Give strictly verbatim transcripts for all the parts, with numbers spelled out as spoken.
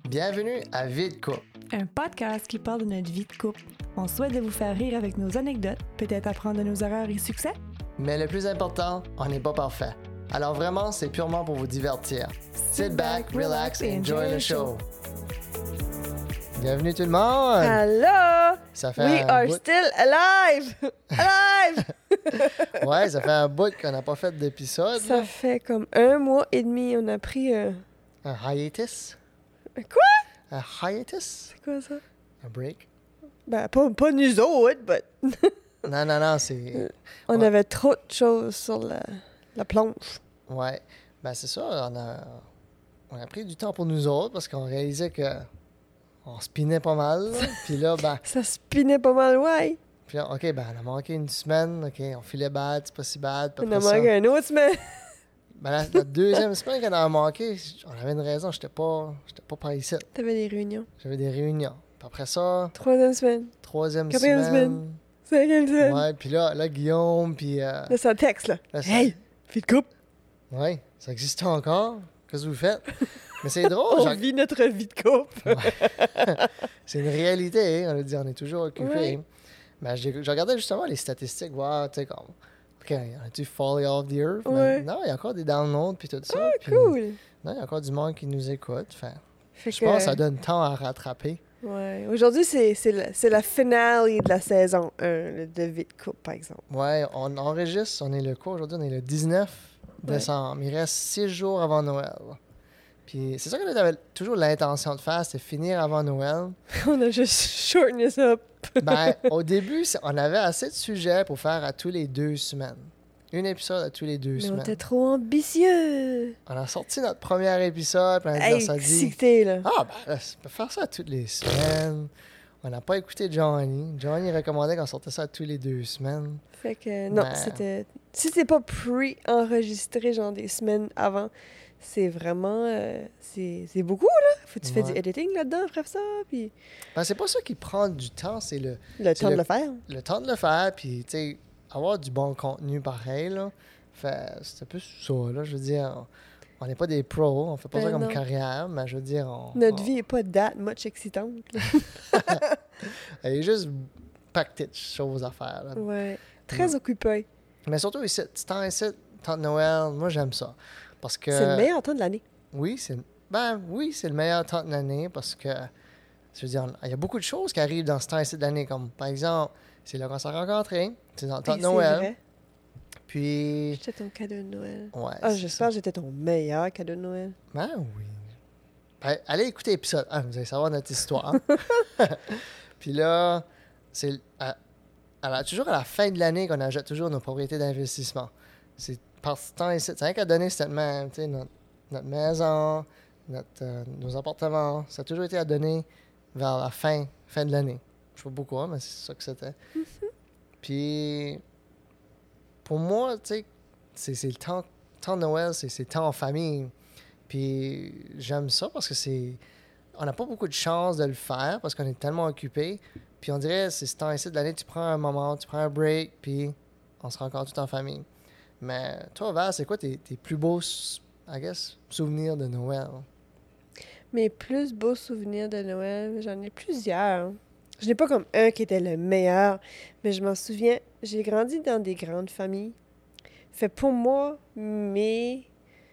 Bienvenue à Vie de couple. Un podcast qui parle de notre vie de couple. On souhaite de vous faire rire avec nos anecdotes, peut-être apprendre de nos erreurs et succès. Mais le plus important, on n'est pas parfait. Alors vraiment, c'est purement pour vous divertir. Sit back, relax et enjoy the show. Bienvenue tout le monde! Hello! Ça fait We un are bout... still alive! Alive! Ouais, ça fait un bout qu'on n'a pas fait d'épisode. Ça là. fait comme un mois et demi, on a pris... Euh... Un hiatus. Quoi? Un hiatus? C'est quoi ça? Un break? Ben, pas, pas nous autres, but... Non, non, non, c'est... on Ouais. avait trop de choses sur la, la planche. Ouais. Ben c'est ça, on a... on a pris du temps pour nous autres parce qu'on réalisait que on spinait pas mal. là. Puis là, ben... Ça spinait pas mal, ouais. Puis là, OK, ben on a manqué une semaine. OK, on filait bad, c'est pas si bad. Puis On a après ça- manqué un autre semaine. Ben, la, la deuxième semaine qu'on a manqué, on avait une raison, j'étais pas, j'étais pas par ici. T'avais des réunions. J'avais des réunions. Puis après ça, Troisième semaine. troisième Quatrième semaine. Cinquième semaine. Ouais, puis là, là, Guillaume, puis... Euh, Là, ça texte, là. là, ça- Hey! Fille de couple! Ouais, ça existe encore. Qu'est-ce que vous faites? Mais c'est drôle, On genre- vit notre vie de couple. c'est une réalité, hein, on a dit, on est toujours occupé. Ouais. Ben, j'ai- je regardais justement les statistiques, voir, tu sais, comme... OK, on a-tu falling off the earth? Mais Ouais. non, il y a encore des downloads, puis tout ça. puis- Cool! Non, il y a encore du monde qui nous écoute. Fait, Fait je que- pense que ça donne temps à rattraper. Ouais. Aujourd'hui, c'est, c'est, la, c'est la finale de la saison un là, de Vie de couple, par exemple. Ouais, on enregistre, on est le quoi aujourd'hui? On est le dix-neuf décembre. Il reste six jours avant Noël. Puis c'est ça qu'on avait toujours l'intention de faire, c'est finir avant Noël. On a juste shorten this up. Ben, au début, c'est- on avait assez de sujets pour faire à tous les deux semaines. Un épisode à tous les deux Mais on semaines. était trop ambitieux. On a sorti notre premier épisode, puis on a dit, Hey, ça dit... excité, là. Ah, ben là, on peut faire ça toutes les semaines. On n'a pas écouté Johnny. Johnny recommandait qu'on sortait ça tous les deux semaines. Fait que, non, Ben. c'était... Si c'est pas pre-enregistré, genre des semaines avant, c'est vraiment... euh, c'est, c'est beaucoup, là. Faut que tu fais Ouais. du editing là-dedans après ça, puis Ben, c'est pas ça qui prend du temps, c'est le, le C'est temps le- de le faire. le temps de le faire, puis, tu sais, avoir du bon contenu pareil, là. Fait, c'est un peu ça, là. Je veux dire, on n'est pas des pros, on fait pas Ben ça comme non. carrière, mais je veux dire, on... Notre on- vie est pas that much excitante. là. Elle est juste paquetée de choses à faire, là. Ouais. Très occupée. Mais surtout ici, ce temps ici, temps de Noël, moi, j'aime ça. Parce que... C'est le meilleur temps de l'année. Oui, c'est ben oui, c'est le meilleur temps de l'année parce que je veux dire, il y a beaucoup de choses qui arrivent dans ce temps-ci de l'année, comme par exemple, c'est là qu'on s'est rencontrés, c'est dans le temps Hey, de c'est Noël. vrai. Puis J'étais ton cadeau de Noël. ouais. Ah, c'est j'espère ça. que j'étais ton meilleur cadeau de Noël. Ben oui. Ben, allez écouter l'épisode un, vous allez savoir notre histoire. Puis là, c'est à- à la- toujours à la fin de l'année qu'on achète toujours nos propriétés d'investissement. C'est par ce temps ici, c'est rien qu'à donner cette même, tu sais, notre, notre maison, notre, euh, nos appartements, ça a toujours été à donner vers la fin, fin de l'année. Je sais pas pourquoi, mais c'est ça que c'était. Puis, pour moi, tu sais, c'est c'est le temps, temps de Noël, c'est c'est le temps en famille. Puis, j'aime ça parce que c'est... On n'a pas beaucoup de chance de le faire parce qu'on est tellement occupé. Puis, on dirait, c'est ce temps-ci de l'année, tu prends un moment, tu prends un break, puis on se rencontre tout en famille. Mais toi, Val, c'est quoi tes, tes plus beaux, I guess, souvenirs de Noël? Mes plus beaux souvenirs de Noël, j'en ai plusieurs. Je n'ai pas comme un qui était le meilleur, mais je m'en souviens, j'ai grandi dans des grandes familles. Fait pour moi, mes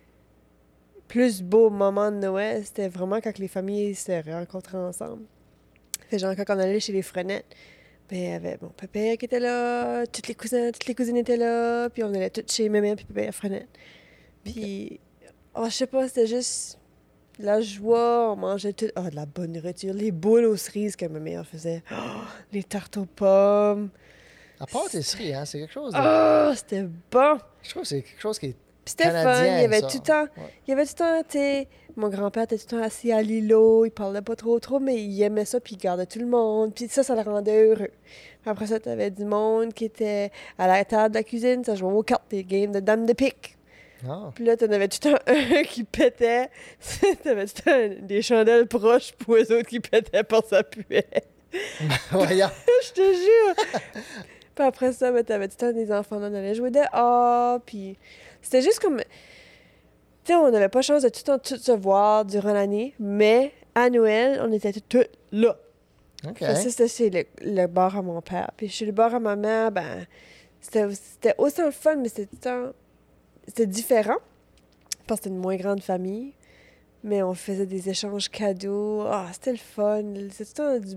plus beaux moments de Noël, c'était vraiment quand les familles se rencontraient ensemble. Fait genre quand on allait chez les Frenettes, ben, il y avait mon papa qui était là, tous les cousins, toutes les cousines étaient là, puis on allait tous chez maman puis papa à Frenette. Puis, oh, je sais pas, c'était juste la joie, on mangeait tout, oh, de la bonne nourriture, les boules aux cerises que ma mère faisait, oh, les tartes aux pommes. À part pâtisserie, hein, c'est quelque chose de... Oh, c'était bon! Je trouve que c'est quelque chose qui est... Puis c'était fun, Canadien, il y avait ça. tout le temps, Ouais. il y avait tout le temps, tu sais, mon grand-père était tout le temps assis à l'îlot, il parlait pas trop trop, mais il aimait ça, puis il gardait tout le monde, puis ça, ça le rendait heureux. Puis après ça, t'avais du monde qui était à la table de la cuisine, ça jouait aux cartes, des games de dames de pique. Ah. Puis là, t'en avais tout le temps un qui pétait, t'avais tout le temps des chandelles proches pour eux autres qui pétaient par sa puée. Voyons. Je te jure! Puis après ça, ben, t'avais tout le temps des enfants, là, on allait jouer dehors, puis c'était juste comme... Tu sais, on n'avait pas chance de tout le temps tout se voir durant l'année, mais à Noël, on était tous là. OK. Fait que ça, c'était chez le, le bar à mon père. Puis chez le bar à ma mère, ben, c'était, c'était autant le fun, mais c'était tout le temps... C'était différent, parce que c'était une moins grande famille. Mais on faisait des échanges cadeaux. Ah, c'était le fun. C'était tout le temps du, de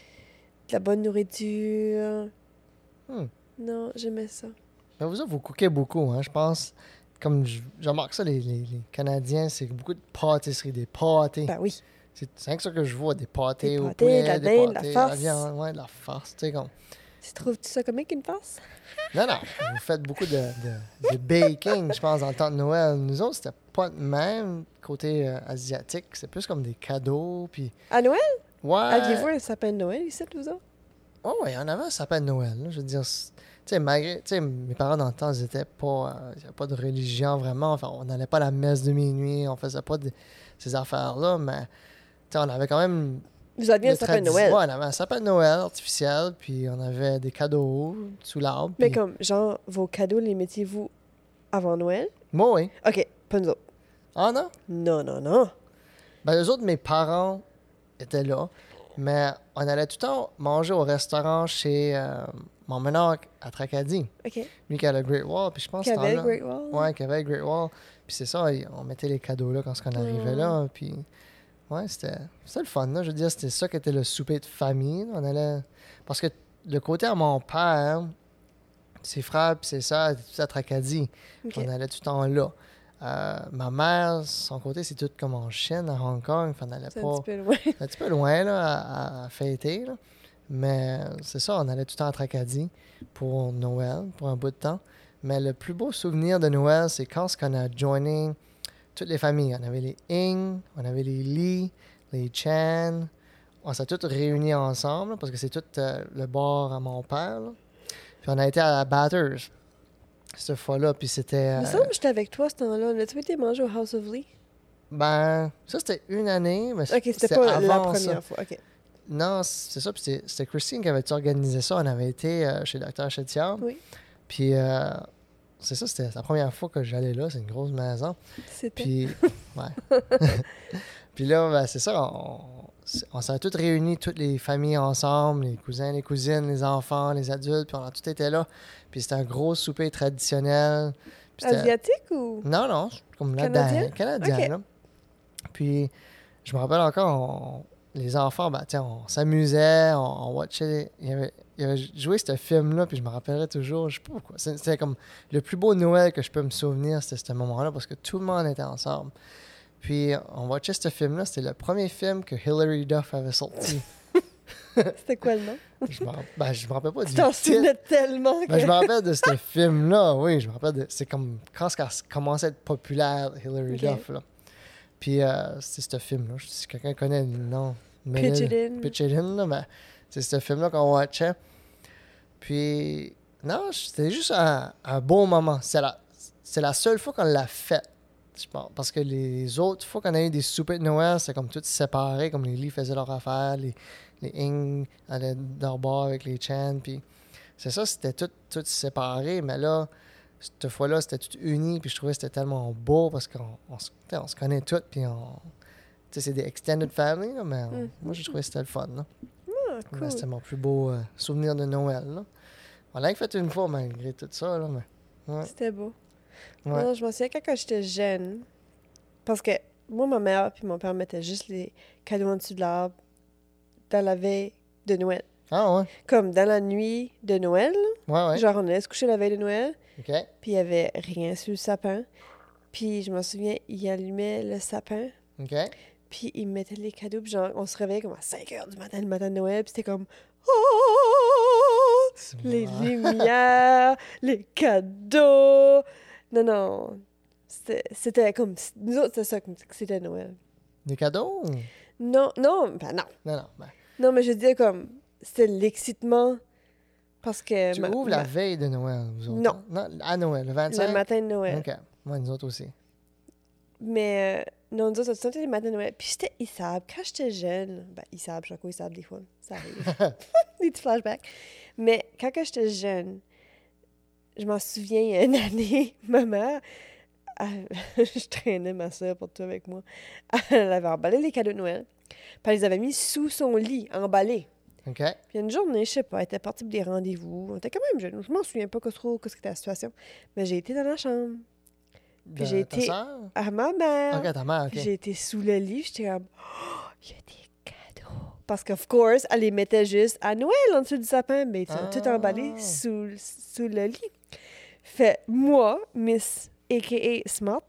la bonne nourriture. Hmm. Non, j'aimais ça. Mais vous autres, vous cookez beaucoup, hein, je pense. Comme je, je remarque ça, les, les, les Canadiens, c'est beaucoup de pâtisseries, des pâtés. Ben oui. C'est, c'est rien que ça que je vois, des pâtés Des au pâtés, poulet, de la des dinde, de la pâtés, farce. la viande, ouais, de la farce, tu sais, comme... Tu trouves-tu ça comique, une farce? Non, non, vous faites beaucoup de, de, de baking, je pense, dans le temps de Noël. Nous autres, c'était pas de même côté euh, asiatique. C'est plus comme des cadeaux, puis... À Noël? Ouais. Aviez-vous un sapin de Noël ici, vous autres? Ouais, ouais, il y en avait un sapin de Noël, là, je veux dire... c'est- Tu sais, malgré... Tu sais, mes parents, dans le temps, ils étaient pas... euh, il y avait pas de religion, vraiment. Enfin, on n'allait pas à la messe de minuit, on faisait pas de, ces affaires-là, mais... Tu sais, on avait quand même... Vous aviez un de sapin de tradi- Noël? Ouais, on avait un sapin de Noël artificiel, puis on avait des cadeaux sous l'arbre. Mais puis- comme, genre, vos cadeaux, les mettiez-vous avant Noël? Moi, oui. OK, pas nous autres. Ah non? Non, non, non. Ben, eux autres, mes parents étaient là, mais on allait tout le temps manger au restaurant chez euh, mon meneur à Tracadie. OK. Lui qui a le Great Wall, puis je pense Qui que avait c'était le là. Great Wall? Ouais, qui avait le Great Wall. Puis c'est ça, il- on mettait les cadeaux là quand on arrivait Mm. là, puis... Ouais, c'était, c'était le fun, là. Je veux dire, c'était ça qui était le souper de famille. là. On allait... Parce que le côté à mon père, ses frères puis ses sœurs étaient tous à Tracadie. OK. On allait tout le temps là. Euh, ma mère, son côté, c'est tout comme en Chine, à Hong Kong. Fait on allait C'est pas... un petit peu loin. C'est un petit peu loin là, à, à fêter. Là. Mais c'est ça, on allait tout le temps à Tracadie pour Noël, pour un bout de temps. Mais le plus beau souvenir de Noël, c'est quand on a joiné toutes les familles. On avait les Ing, on avait les Lee, les Chan. On s'est tous réunis ensemble là, parce que c'est tout euh, le bar à mon père. là. Puis on a été à la Batters cette fois-là. Puis c'était. Il me euh, semble que j'étais avec toi ce temps-là. On a-tu été manger au House of Lee? ben, ça c'était une année. Mais OK, c'était pas la avant ça. première fois. OK. Non, c'est ça. Puis c'était c'était Christine qui avait organisé ça. On avait été euh, chez Docteur Chétiard. Oui. Puis euh, c'est ça, c'était la première fois que j'allais là. C'est une grosse maison. C'était. Puis, ouais. Puis là, ben, c'est ça. On, on s'est tous réunis, toutes les familles ensemble, les cousins, les cousines, les enfants, les adultes. Puis on a tous été là. Puis c'était un gros souper traditionnel. Puis c'était- Asiatique ou? Non, non, c'est comme Canadien? là-dedans. Canadien, Ok. là. Puis, je me rappelle encore, on- les enfants, ben, tiens, on s'amusait, on, on watchait. Il y avait, il y avait joué ce film-là, puis je me rappellerai toujours, je sais pas pourquoi. C'est- C'était comme le plus beau Noël que je peux me souvenir, c'était ce moment-là, parce que tout le monde était ensemble. Puis, on watchait ce film-là, c'était le premier film que Hilary Duff avait sorti. C'était quoi le nom? je, me, rapp- ben, je me rappelle pas Tu du t'en titre. souvenais tellement que... Ben, je me rappelle de ce film-là, oui, je me rappelle de... C'est comme quand ça commençait à être populaire, Hilary Ok. Duff, là. Puis euh, c'est ce film-là, je- si quelqu'un connaît le nom. mais- Pitch It In. Pitch It In, là, ben, c'est ce film-là qu'on watchait. Puis, non, c'était juste un, un beau moment. C'est la, c'est la seule fois qu'on l'a fait, je pense. Parce que les autres fois qu'on a eu des soupers de Noël, c'est comme tout séparé, comme les Lee faisaient leur affaire, les, les Ing allaient dans le bar avec les Chan, puis c'est ça, c'était tout, tout séparé, mais là, cette fois-là, c'était tout uni, puis je trouvais que c'était tellement beau parce qu'on on, se- tu sais, on se connaît tous, puis on... Tu sais, c'est des extended family, là, mais on- Mm. moi, j'ai trouvé que c'était le fun, là. Ah, Mais cool. C'était mon plus beau euh, souvenir de Noël, là. On l'a fait une fois, malgré tout ça, là, mais... Ouais, C'était beau. ouais. Non, je m'en souviens quand, quand j'étais jeune, parce que moi, ma mère puis mon père mettaient juste les cadeaux en dessous de l'arbre dans la veille de Noël. Ah, ouais, Comme dans la nuit de Noël, là. ouais, ouais. Genre on allait se coucher la veille de Noël, OK, puis il y avait rien sur le sapin. Puis je m'en souviens, il allumait le sapin, OK. puis il mettait les cadeaux, puis genre on se réveillait comme à cinq heures du matin, le matin de Noël, puis c'était comme... Oh! Les Ouais. lumières, les cadeaux. Non, non. C'était c'était comme... Nous autres, c'était ça, comme que c'était Noël. Des cadeaux? Non, non, ben non. Non, non, ben... Non, mais je veux dire comme... C'était l'excitement parce que... Tu ma- ouvres ma- la veille de Noël, vous autres? Non. hein? Non, à Noël, le vingt-cinq? Le matin de Noël. OK, moi, nous autres aussi. Mais euh, non, nous autres, c'était les matins de Noël. Puis j'étais Issab. Quand j'étais jeune... Ben, Issab, je suis encore Issab des fois. Ça arrive. Des petits flashbacks. Mais quand que j'étais jeune, je m'en souviens, il y a une année, ma mère... elle- je traînais ma soeur pour tout avec moi. Elle avait emballé les cadeaux de Noël. Puis elle les avait mis sous son lit, emballés. OK. Puis une journée, je sais pas, elle était partie pour des rendez-vous. On était quand même jeunes. Je m'en souviens pas que trop ce que c'était la situation. Mais j'ai été dans la chambre. Puis De j'ai ta été sœur? à ma mère. OK, ta mère, Puis OK. j'ai été sous le lit. J'étais comme, oh, il y a des cadeaux. Parce qu'of course, elle les mettait juste à Noël en dessous du sapin. Mais ils sont tout Ah. emballés sous, sous le lit. Fait, moi, Miss a k a. Smart,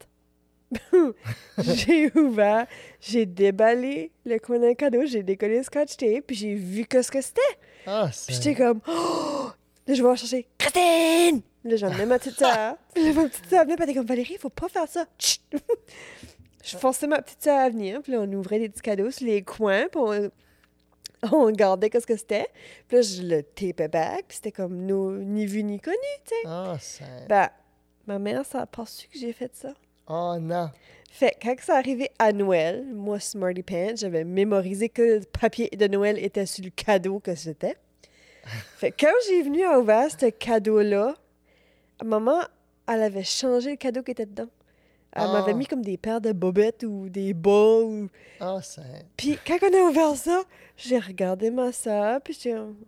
j'ai ouvert, j'ai déballé le coin d'un cadeau, j'ai décollé le scotch tape, puis j'ai vu que ce que c'était. Ah, Puis c'est... j'étais comme, oh! Là, je vais chercher Christine! Là, j'emmenais ma petite sœur. Puis là, ma petite sœur venait, puis elle était comme, Valérie, il faut pas faire ça. Chut! Je forçais ma petite sœur à venir, puis là, on ouvrait des petits cadeaux sur les coins, puis on, on regardait qu'est-ce que c'était. Puis là, je le tapais back, puis c'était comme no, ni vu ni connu, tu sais. Ah, c'est... Ben, ma mère, ça a pas su que j'ai fait ça. Oh, non. Fait que quand ça arrivait à Noël, moi, Smarty Pants, j'avais mémorisé que le papier de Noël était sur le cadeau que c'était. Fait que quand j'ai venu à ouvert ce cadeau-là, maman, elle avait changé le cadeau qui était dedans. Elle Ah. m'avait mis comme des paires de bobettes ou des bas. Ou... Ah, c'est... Puis quand on a ouvert ça, j'ai regardé ma soeur, puis j'étais comme,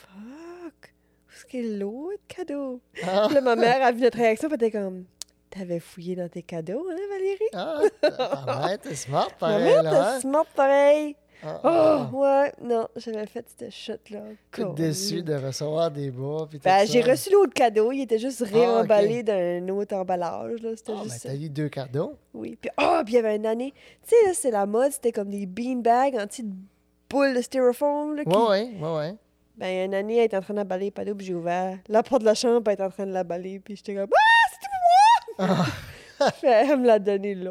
fuck, où est-ce qu'il est l'autre cadeau? Ah, Puis là, ma mère a vu notre réaction, puis elle était comme, t'avais fouillé dans tes cadeaux, hein, Valérie? ah ta mère, t'es smart, Ma pareil, mère, là, t'es hein? smart pareil. Ah, Oh, ah. ouais, non, j'avais fait cette shot-là. Tout Cool. déçu de recevoir des bas, puis tout Ben, ça. j'ai reçu l'autre cadeau, il était juste réemballé ok. d'un autre emballage, là, c'était Ah, juste ben, ça. t'as eu deux cadeaux. Oui, puis oh, puis il y avait une année, tu sais, là, c'est la mode, c'était comme des beanbags en petites boules de styrofoam, là, qui... Ouais, ouais, ouais, ouais. Ben, il y a une année, elle était en train d'emballer les cadeaux, puis j'ai ouvert la porte de la chambre, elle était en train de l'emballer, puis j'étais comme, ah, c'était pour moi! Fait, elle me l'a donné, là.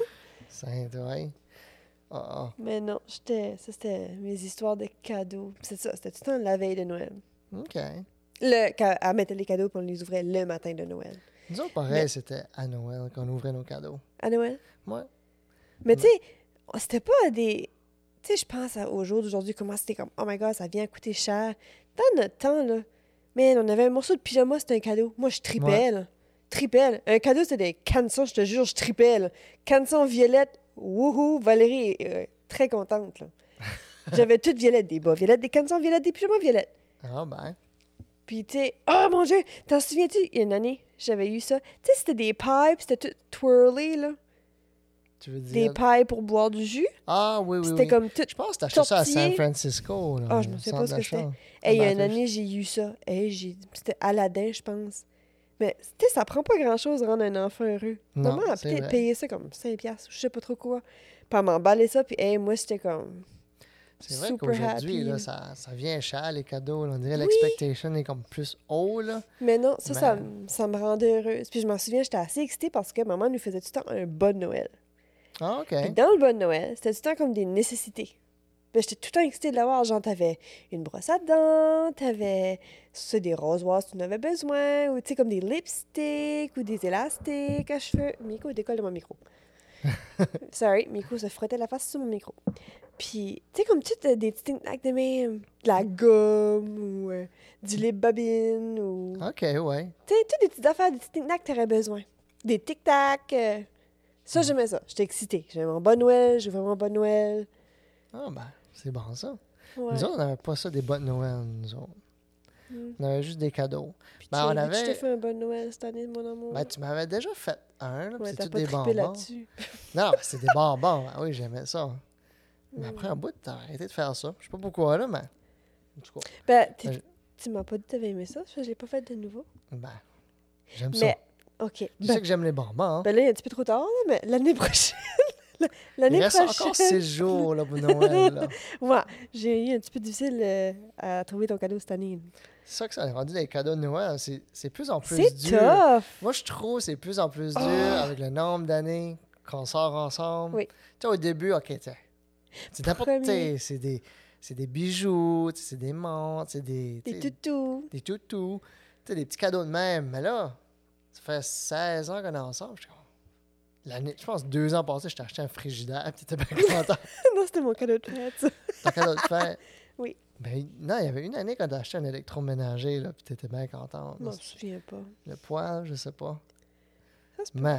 Saint, ouais. Ah, ah. Mais non, j'étais, ça, c'était mes histoires de cadeaux. C'est ça, c'était tout le temps la veille de Noël. OK. Le, quand elle mettait les cadeaux, puis on les ouvrait le matin de Noël. Nous autres, pareil, Mais- c'était à Noël qu'on ouvrait nos cadeaux. À Noël? Ouais. Mais tu sais, c'était pas des... Tu sais, je pense à- au jour d'aujourd'hui, comment c'était comme, oh my god, ça vient coûter cher. Dans notre temps, là, man, on avait un morceau de pyjama, c'était un cadeau. Moi, je tripais, Ouais. là. Tripais. Un cadeau, c'était des canetons, je te jure, je tripais, là. Canetons violettes, wouhou, Valérie est euh, très contente, là. J'avais toutes violettes, des bas violettes, des canetons violettes, des pyjamas violettes. Ah, ben. Puis, tu sais, oh mon Dieu, t'en souviens-tu? Il y a une année, j'avais eu ça. Tu sais, c'était des pailles, puis c'était tout twirly, là. Tu veux Des dire... pailles pour boire du jus. Ah, oui, oui, C'était oui. comme tout. Je pense que t'as acheté ça à San tortillé. Francisco, là. Ah, je me au souviens pas centre ce que c'était. d'achat. Hey, il y a Ah, une ben, année, j'ai eu ça. Hey, j'ai... C'était Aladdin, je pense. Mais, tu sais, ça prend pas grand-chose de rendre un enfant heureux. Non, Maman a c'est peut-être vrai. payé ça comme cinq piastres, je sais pas trop quoi. Puis elle m'emballait ça, puis hey, moi, j'étais comme... C'est vrai super qu'aujourd'hui, happy. là, ça, ça vient cher, les cadeaux. Là. On dirait Oui. l'expectation est comme plus haut, là. Mais non, ça, ça, Mais- m- ça me rendait heureuse. Puis je m'en souviens, j'étais assez excitée parce que maman nous faisait tout le temps un bon Noël. Ah, OK. Puis dans le bon Noël, c'était tout le temps comme des nécessités. Ben, j'étais tout le temps excitée de l'avoir. Genre, t'avais une brosse à dents, t'avais ça, des rasoirs si tu en avais besoin, ou tu sais, comme des lipsticks, ou des élastiques à cheveux. Miko, décolle de mon micro. Sorry, Miko se frottait la face sur mon micro. Puis, tu sais, comme tu sais, des petits knickknacks de même, de la gomme, ou euh, du lip babine, ou... OK, ouais. Tu sais, toutes des petites affaires, des petits knickknacks que t'aurais besoin. Des tic-tac. euh, Ça, j'aimais ça. J'étais excitée. J'aimais mon bon Noël, j'ai vraiment bon Noël. Ah, ben, c'est bon, ça. Ouais. Nous autres, on n'avait pas ça, des bottes de Noël, nous autres. Mm. On avait juste des cadeaux. Puis Ben, tu on as vu que je avait- t'ai fait un bon Noël cette année, mon amour. Ben, tu m'avais déjà fait un, là, puis ouais, c'est t'as tout pas des trippé bonbons. là-dessus. Non, ben, c'est des bonbons. Ben oui, j'aimais ça. Mais après, un bout, t'as arrêté de faire ça. Je sais pas pourquoi, là, mais... En tout cas, Ben, t'es- Ben, tu m'as pas dit que t'avais aimé ça, je l'ai pas fait de nouveau. ben, j'aime ça. Mais, OK. Tu Ben, sais que j'aime les bonbons, hein? ben là, il est un petit peu trop tard, là, mais l'année prochaine... l'année Il reste prochaine... encore six jours, là, pour Noël, là. Ouais, j'ai eu un petit peu difficile euh, à trouver ton cadeau cette année. C'est ça que ça a rendu des cadeaux de Noël. C'est c'est plus en plus C'est dur. tough! Moi, je trouve que c'est plus en plus dur Ah! avec le nombre d'années qu'on sort ensemble. Oui. Tu sais, au début, OK, tiens. C'est n'importe Premier. tu sais, c'est des, c'est des bijoux, tu sais, c'est des montres, c'est des, tu Des sais, toutous. des toutous, tu sais, des petits cadeaux de même. Mais là, ça fait seize ans qu'on est ensemble. Je suis comme- L'année, je pense deux ans passés, je t'ai acheté un frigidaire, puis t'étais bien content. Non, c'était mon cadeau de fête, ça. Ton cadeau de fête. Oui. Ben, non, il y avait une année quand t'as acheté un électroménager, là, puis t'étais bien contente. Je m'en souviens pas. Le poêle, je sais pas. Ça se peut. Mais,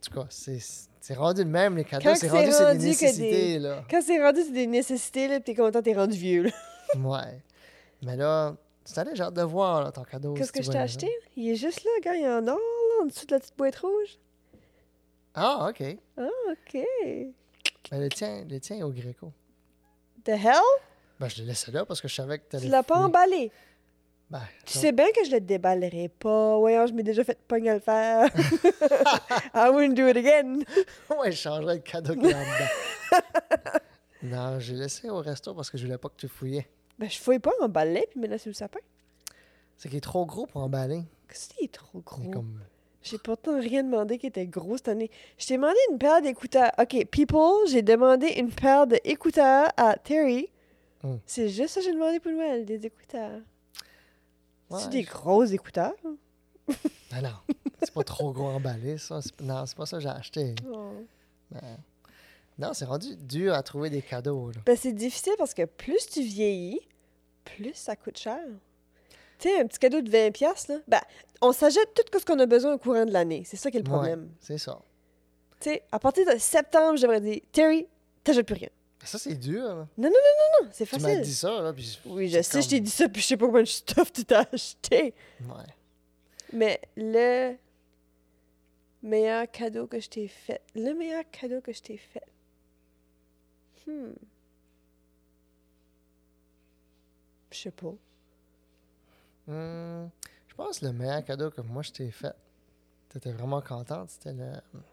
tout cas, c'est, c'est rendu de même, les cadeaux. Quand C'est c'est rendu, c'est rendu des que nécessités, des- là. Quand c'est rendu, c'est des nécessités, là, pis t'es content, t'es rendu vieux, là. Ouais. Mais là, tu allé, j'ai hâte de voir, là, ton cadeau. Qu'est-ce si que tu je vois t'ai les acheté? gens. Il est juste là, gars, il est en or, là, en dessous de la petite boîte rouge. Ah, OK. Ah, OK. Mais le tien, le tien est au Greco. The hell? Ben, je l'ai laissé là parce que je savais que t'allais Tu l'as pas fouiller. emballé? Ben, Tu non. sais bien que je le déballerai pas. Voyons, je m'ai déjà fait pogner à le faire. I wouldn't do it again. Ouais, je changerais le cadeau qu'il y a en dedans. Non, j'ai laissé au resto parce que je voulais pas que tu fouillais. Ben, je fouille pas emballer puis me laisse sur le sapin. C'est qu'il est trop gros pour emballer. Qu'est-ce qu'il est trop C'est gros? comme... J'ai pourtant rien demandé qui était gros cette année. Je t'ai demandé une paire d'écouteurs. OK, people, j'ai demandé une paire d'écouteurs à Terry. Hmm. C'est juste ça que j'ai demandé pour Noël, des écouteurs. Ouais, C'est des je- gros écouteurs? Ben non, c'est pas trop gros emballé, ça. C'est- Non, c'est pas ça que j'ai acheté. Oh. Ben, non, c'est rendu dur à trouver des cadeaux, là. Ben, c'est difficile parce que plus tu vieillis, plus ça coûte cher. Tu sais, un petit cadeau de vingt piastres, là, ben, on s'achète tout ce qu'on a besoin au courant de l'année. C'est ça qui est le Ouais, problème. c'est ça. Tu sais, à partir de septembre, j'aimerais dire, Terry, t'achètes plus rien. Ben, ça, c'est dur, là. Non, c'est Tu m'as facile. dit ça, là, puis... Oui, je c'est sais, je t'ai comme- dit ça, puis je sais pas combien de stuff tu t'as acheté. Ouais. Mais le meilleur cadeau que je t'ai fait, le meilleur cadeau que je t'ai fait. Hmm. Je sais pas. Hum, je pense que le meilleur cadeau que moi, je t'ai fait, t'étais vraiment contente, c'était le...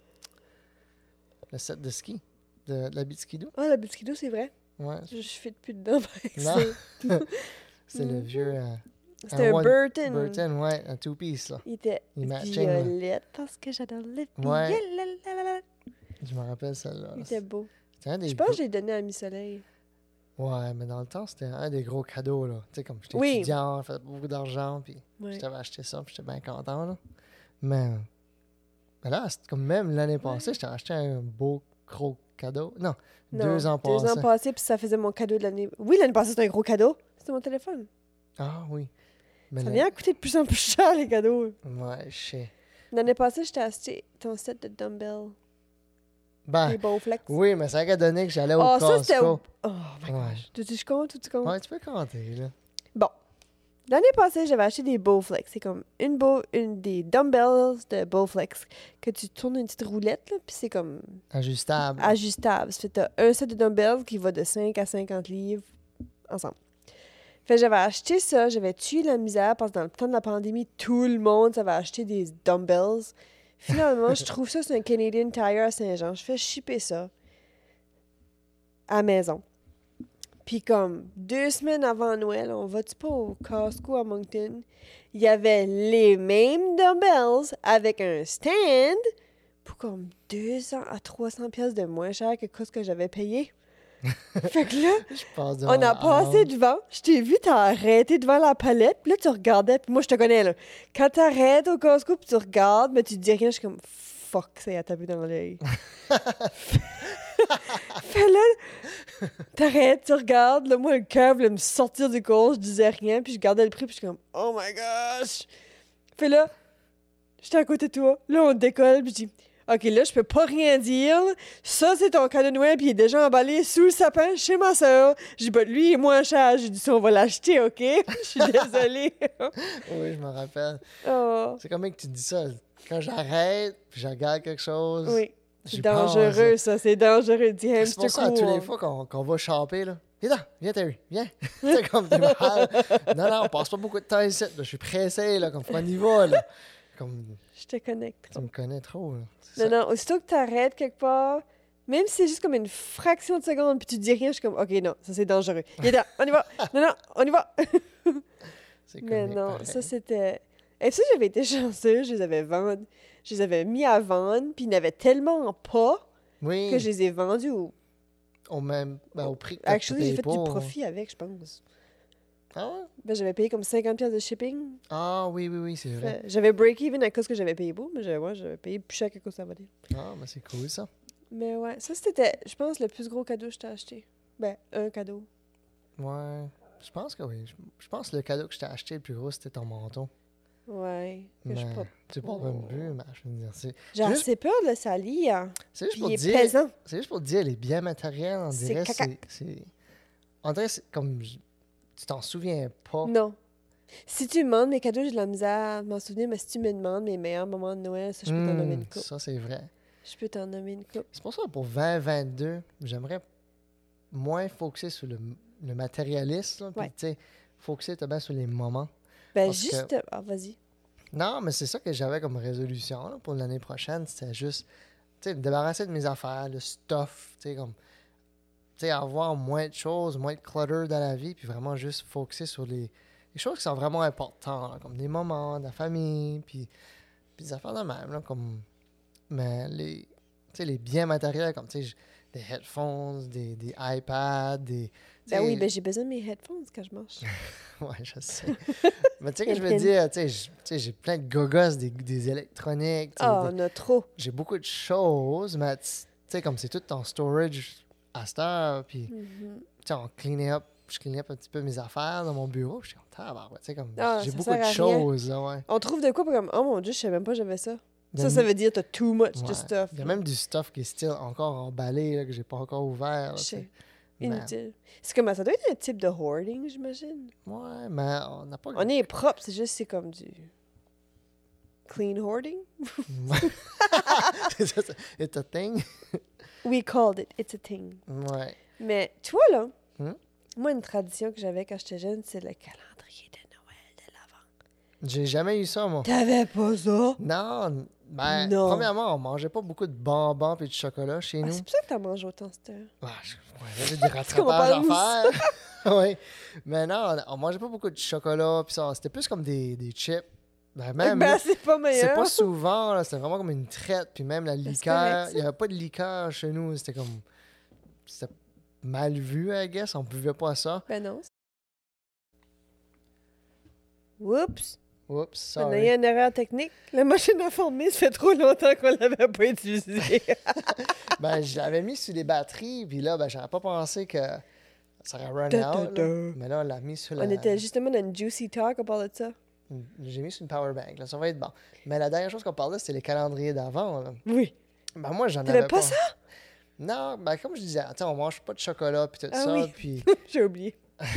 le set de ski, de, de l'habit de skidoo. Ah, la Buskido, c'est vrai. Ouais, Je, je fais plus dedans, par non, exemple. c'est le Mhm. vieux... euh, C'était un un one- Burton. Burton, ouais, un two-piece, là. Il était Il matching, là. violette parce que j'adore le Ouais. violet. Je me rappelle celle-là. Il était beau. C'était un des Je pense que gros- je l'ai donné à Mi-Soleil. Ouais, mais dans le temps, c'était un des gros cadeaux, là. Tu sais, comme j'étais Oui. étudiant, fait beaucoup d'argent, puis Ouais. je t'avais acheté ça, puis j'étais bien content, là. Mais, mais là, c'est comme même l'année passée, je t'ai acheté un beau gros cadeau. Non, Non, deux ans Deux passés. ans passés, puis ça faisait mon cadeau de l'année. Oui, l'année passée, c'était un gros cadeau. C'était mon téléphone. Ah oui. Mais Ça la- vient à coûter de plus en plus cher, les cadeaux. Ouais, je sais. L'année passée, je t'ai acheté ton set de dumbbells. Ben, Les Bowflex. oui, mais ça a donné que j'allais au Oh, ça, c'était au... Costco. Oh, my Ouais. gosh. Tu, tu, je compte ou tu comptes? Ouais, tu peux compter, là. Bon. L'année passée, j'avais acheté des Bowflex. C'est comme une, bow, une des dumbbells de Bowflex que tu tournes une petite roulette, là, puis c'est comme Ajustable. ajustable. Ça fait que t'as un set de dumbbells qui va de cinq à cinquante livres ensemble. Fait que j'avais acheté ça, j'avais tué la misère parce que dans le temps de la pandémie, tout le monde s'avait acheté des dumbbells. Finalement, je trouve ça sur un Canadian Tire à Saint-Jean. Je fais shipper ça à la maison. Puis comme deux semaines avant Noël, on va-tu pas au Costco à Moncton? Il y avait les mêmes dumbbells avec un stand pour comme deux cents à trois cents pièces de moins cher que ce que j'avais payé. Fait que là, Je passe devant on a la passé honte. devant. Je t'ai vu, t'as arrêté devant la palette. Puis là, tu regardais. Puis moi, je te connais, là. Quand t'arrêtes au Costco, puis tu regardes, mais tu te dis rien, je suis comme, fuck, ça y a tapé dans l'œil. Fait là, t'arrêtes, tu regardes. Là, moi, le cœur voulait me sortir du corps. Je disais rien. Puis je gardais le prix. Puis je suis comme, oh my gosh. Fait là, j'étais à côté de toi. Là, on décolle. Puis je dis, OK, là, je peux pas rien dire. Ça, c'est ton cadeau de Noël, puis il est déjà emballé sous le sapin chez ma soeur. J'ai dit, bah, lui, il est moins cher. J'ai dit, ça, on va l'acheter, OK? Je suis désolée. Oui, je me rappelle. Oh, C'est comme que tu dis ça. Quand j'arrête, puis je regarde quelque chose. oui. j'y C'est pense, dangereux, là. ça. C'est dangereux. Dis, C'est pour ça, à tous les fois qu'on qu'on va choper, là. Viens là, viens Terry, viens. C'est comme t'es mal. Non, non, on passe pas beaucoup de temps ici. Là, je suis pressé, là, comme on y va, là. Comme Je te connecte. tu me connais trop, là. C'est Non, ça. non, aussitôt que t'arrêtes quelque part, même si c'est juste comme une fraction de seconde, puis tu dis rien, je suis comme, OK, non, ça, c'est dangereux. Viens là, on y va. Non, non, on y va. C'est Mais comique, non, pareil. ça, c'était... Et ça, j'avais été chanceuse. Je les avais vendus. Je les avais mis à vendre, puis ils n'avaient tellement pas Oui, que je les ai vendus au... au même, ben, au prix que Actually, j'ai tu fait payes du pour. profit avec, je pense. Ah ouais? Ben, j'avais payé comme cinquante pièces de shipping. Ah oui, oui, oui, c'est vrai. Fait- J'avais break-even à cause que j'avais payé beau, mais j'avais, ouais, j'avais payé plus cher que quoi ça valait. Ah, mais c'est cool, ça. Mais ouais, ça, c'était, je pense, le plus gros cadeau que je t'ai acheté. Ben, un cadeau. Ouais, je pense que oui. Je, je pense que le cadeau que je t'ai acheté le plus gros, c'était ton manteau. Ouais. Que je Mais pas... c'est pas le même but, mais je veux dire, c'est J'ai juste- assez peur de le salir. c'est juste Puis pour il est dire... pesant. C'est juste pour dire, les biens matériels, on C'est dirait, caca. c'est... c'est- On dirait, c'est comme... je- Tu t'en souviens pas. Non. Si tu me demandes mes cadeaux, j'ai de la misère à m'en souvenir, mais si tu me demandes mes meilleurs moments de Noël, ça, je peux t'en nommer Hmm, une coupe. ça, c'est vrai. Je peux t'en nommer une coupe. C'est pour ça, pour vingt vingt-deux, j'aimerais moins focuser sur le, le matérialisme, là, puis, Ouais. tu sais, focuser bien sur les moments. Ben, Parce que- juste... Ah, vas-y. Non, mais c'est ça que j'avais comme résolution là, pour l'année prochaine. C'était juste, tu sais, me débarrasser de mes affaires, le stuff, tu sais, comme, tu sais, avoir moins de choses, moins de clutter dans la vie, puis vraiment juste focuser sur les, les choses qui sont vraiment importantes, là, comme des moments, de la famille, puis, puis des affaires de même, là, comme, mais les, tu sais, les biens matériels, comme, tu sais, j- des headphones, des, des iPads, des... tu Ben sais, oui, ben j'ai besoin de mes headphones quand je marche. Ouais, je sais. Mais tu sais que je veux dire, tu sais, j- tu sais, j'ai plein de gogos, des, des électroniques, tu sais, Ah, des- on a trop. j'ai beaucoup de choses, mais tu tu sais, comme c'est tout en storage à cette heure, puis Mhm. tu sais, on cleanait up, je cleanais up un petit peu mes affaires dans mon bureau, puis je suis comme, tabarouette, tu sais, comme, Ah, j'ai ça beaucoup sert de à rien. choses, là, ouais. On trouve de quoi pour comme, oh mon Dieu, je savais même pas que j'avais ça. Il y a Ça, ça m- veut dire t'as too much de ouais. stuff. Il y a là. même du stuff qui est still encore emballé, là, que j'ai pas encore ouvert, là, Je tu sais. sais. Mais- Inutile. C'est comme, ça doit être un type de hoarding, j'imagine. Ouais, mais on n'a pas... On est propre, c'est juste, c'est comme du clean hoarding. C'est ça, c'est- It's a thing. We called it, it's a thing. Ouais. Mais tu vois, là, Hmm? moi, une tradition que j'avais quand j'étais jeune, c'est le calendrier de Noël de l'Avent. J'ai jamais eu ça, moi. T'avais pas ça? Non, ben, Non. premièrement, on mangeait pas beaucoup de bonbons et de chocolat chez Ah, nous. c'est pour ça que t'en manges autant, cette heure. Ah, je- ouais, j'avais des qu'on rattrapages à parle faire. oui. Mais non, on, on mangeait pas beaucoup de chocolat. Puis ça, c'était plus comme des, des chips. Ben, même, ben, là, c'est pas meilleur. c'est pas souvent, là, c'était vraiment comme une traite. Puis même la c'est liqueur, correct, ça. il y avait pas de liqueur chez nous. C'était comme. C'était mal vu, I guess. On buvait pas ça. Ben non. Oups! Oups, On a eu sorry. une erreur technique. La machine à former, ça fait trop longtemps qu'on l'avait pas utilisée. Ben, je l'avais mis sur les batteries. Puis là, ben, j'avais pas pensé que ça aurait run Da, da, out. da. là. Mais là, on l'a mis sur la. On était justement dans une juicy talk, on parlait de ça. J'ai mis sur une power bank, là, ça va être bon. Mais la dernière chose qu'on parlait, c'était les calendriers d'avant. là. Oui. Ben moi, j'en T'avais avais pas pas. ça? Non, ben comme je disais, attends, on mange pas de chocolat puis tout Ah ça, oui. puis J'ai oublié.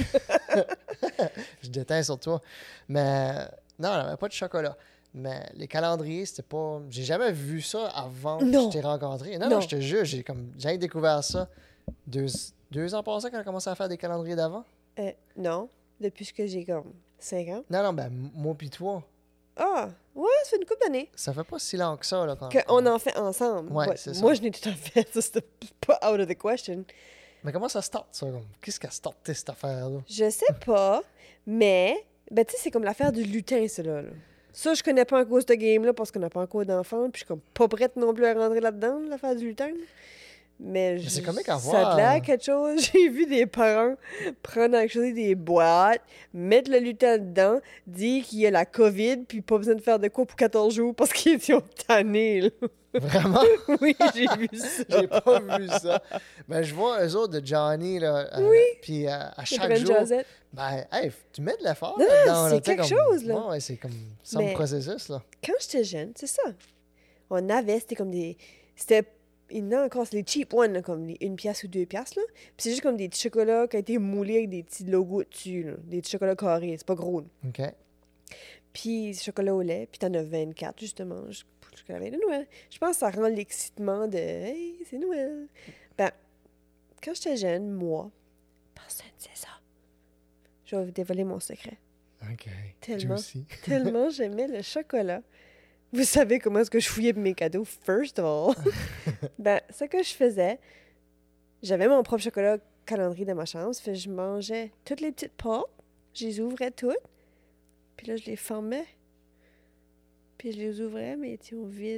je déteins sur toi. Mais non, on n'avait pas de chocolat. Mais les calendriers, c'était pas... J'ai jamais vu ça avant Non. que je t'ai rencontré. Non, non, Non. je te jure, j'ai comme... J'ai découvert ça deux, deux ans passés quand on a commencé à faire des calendriers d'avant. Euh, non. Depuis que j'ai comme cinq ans. Non, non, ben moi pis toi, Ah! Ouais, ça fait une couple d'années. ça fait pas si long que ça, là, quand... Qu'on en fait ensemble. Ouais, Ouais, c'est ça. moi, je n'ai tout en fait. Ça, c'était pas out of the question. Mais comment ça start, ça? comme? Qu'est-ce qu'a starté, cette affaire-là? Je sais pas, mais... Ben, tu sais, c'est comme l'affaire du lutin, ça, là. là. Ça, je connais pas encore ce game-là parce qu'on n'a pas encore d'enfants, puis je suis comme pas prête non plus à rentrer là-dedans, l'affaire du lutin. Mais, je- c'est comique à ça voir. a l'air quelque chose. J'ai vu des parents prendre actually des boîtes, mettre le lutin dedans, dire qu'il y a la COVID, puis pas besoin de faire de quoi pour quatorze jours parce qu'ils étaient tannés, là. Vraiment? Oui, j'ai vu ça. J'ai pas vu ça. Ben, je vois eux autres de Johnny, là. euh, Oui. Puis euh, à Les chaque Brand jour, Josette. ben, hey, tu mets de l'effort Non, là-dedans. c'est là, tu sais, quelque comme- chose, là. Ouais, ouais, c'est comme ça Mais- me processus, là. Quand j'étais jeune, c'est ça. On avait, c'était comme des... C'était... Il y en a encore, c'est les cheap ones, là, comme les une pièce ou deux pièces, là. Puis c'est juste comme des petits chocolats qui ont été moulés avec des petits logos dessus, là. Des petits chocolats carrés, c'est pas gros, là. OK. Puis chocolat au lait, puis t'en as vingt-quatre, justement, pour le chocolat de Noël. Je pense que ça rend l'excitement de « Hey, c'est Noël! » Ben, quand j'étais jeune, moi, personne ne sait ça. Je vais vous dévoiler mon secret. OK. Tellement. Juicy. Tellement j'aimais le chocolat. Vous savez comment est-ce que je fouillais mes cadeaux, first of all. Ben, ce que je faisais, j'avais mon propre chocolat calendrier dans ma chambre. Ça fait que je mangeais toutes les petites portes, je les ouvrais toutes, puis là, je les formais. Puis je les ouvrais, mais ils étaient au vide,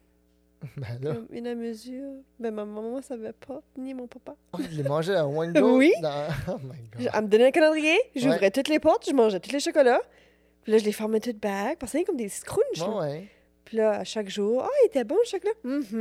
Ben là, comme une à mesure. Ben, ma maman ne savait pas, ni mon papa. oh, je l'ai mangé à one go. Oui. Dans... Oh my Je- God. Elle me donnait un calendrier, j'ouvrais Ouais. toutes les portes, je mangeais tous les chocolats. Puis là, je les formais toutes back, parce que c'était comme des scrunchs. là. Ouais, ouais. Puis là, à chaque jour, ah, il était bon le chocolat.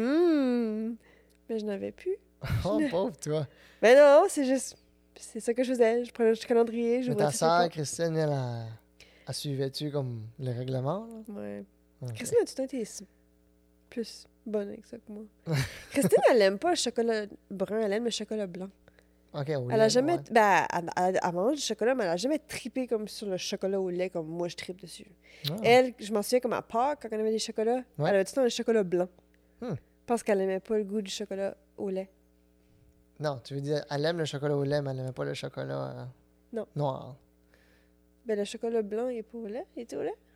Mhm. Mais je n'avais plus. Oh, pauvre toi. Mais non, c'est juste. C'est ça que je faisais. Je prenais le calendrier, je Mais ta sœur, Christine, elle a... Elle suivait-tu comme le règlement? Là? Ouais. Ok. Christine a tout le temps été s- plus bonne avec ça que moi. Christine, elle aime pas le chocolat brun, elle aime le chocolat blanc. Ok, au Elle a lait, jamais... ouais. Ben, elle, elle- elle mange du chocolat, mais elle a jamais trippé comme sur le chocolat au lait, comme moi, je trippe dessus. Ah. Elle, je m'en souviens comme à Pâques, quand on avait des chocolats, Ouais. elle avait tout le temps le chocolat blanc. Hmm. Parce qu'elle aimait pas le goût du chocolat au lait. Non, tu veux dire, elle aime le chocolat au lait, mais elle n'aimait pas le chocolat euh, Non. noir. Ben, le chocolat blanc, il est pas au lait? Il est au lait?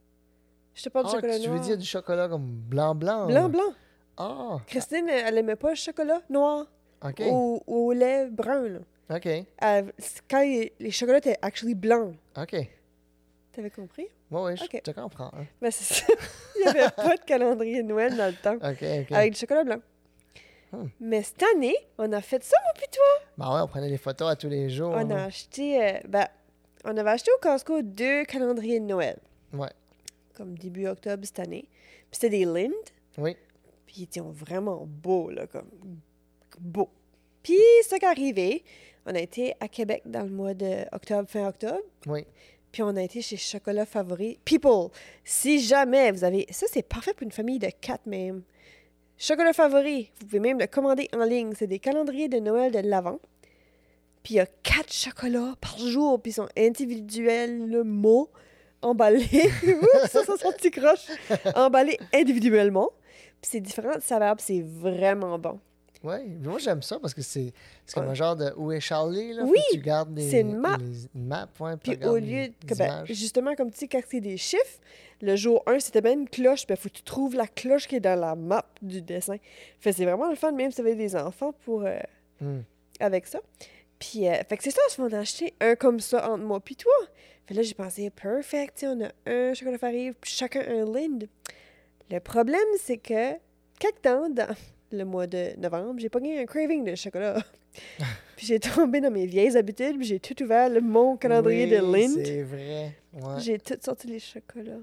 Je te parle du Ah, chocolat tu noir. veux dire du chocolat comme blanc-blanc? Blanc, là? blanc. Ah, Christine, elle, elle aimait pas le chocolat noir ok, ou, ou au lait brun, là. ok, Elle- quand il- les chocolats étaient actually blancs. ok. T'avais compris? Ouais, ouais, je Ok. te comprends. hein. Ben, c'est ça. Il n'y avait pas de calendrier de Noël dans le temps. Ok, ok. Avec du chocolat blanc. Hmm. Mais cette année, on a fait ça, mon puis toi. Ben ouais, on prenait des photos à tous les jours. On a là. acheté... euh, ben, on avait acheté au Costco deux calendriers de Noël. Ouais, Comme début octobre cette année. Puis c'était des Lind. oui, Puis ils étaient vraiment beaux, là, comme beaux. Puis, ce qui est arrivé, on a été à Québec dans le mois de octobre, fin octobre. oui. Puis on a été chez Chocolat Favori. People, si jamais vous avez... Ça, c'est parfait pour une famille de quatre même. Chocolat Favori, vous pouvez même le commander en ligne. C'est des calendriers de Noël de l'Avent. Puis il y a quatre chocolats par jour. Puis ils sont individuellement emballés. Ouh, ça, ça, son petit croche. Emballés individuellement. Puis c'est différentes saveurs. Puis c'est vraiment bon. Ouais, moi j'aime ça parce que c'est c'est comme Ouais. un genre de Où est Charlie? Là? Faut Oui, que tu gardes des, c'est une map. les- une map, ouais, Puis tu regardes au les- lieu, les que, ben, images. justement, comme tu sais, quand c'est des chiffres, le jour un, c'était même une cloche, ben faut que tu trouves la cloche qui est dans la map du dessin. Fait que c'est vraiment le fun, même si vous avez des enfants, pour euh, Hmm. avec ça. Puis, euh, fait que c'est ça, on s'en a acheté un comme ça entre moi puis toi. Fait que là, j'ai pensé, perfect, tu sais, on a un chocolat Farive, puis chacun un Lind. Le problème, c'est que, quelque temps dans le mois de novembre, j'ai pas gagné un craving de chocolat. Puis j'ai tombé dans mes vieilles habitudes, puis j'ai tout ouvert le, mon calendrier Oui, de Lind. c'est vrai. Ouais. J'ai tout sorti les chocolats.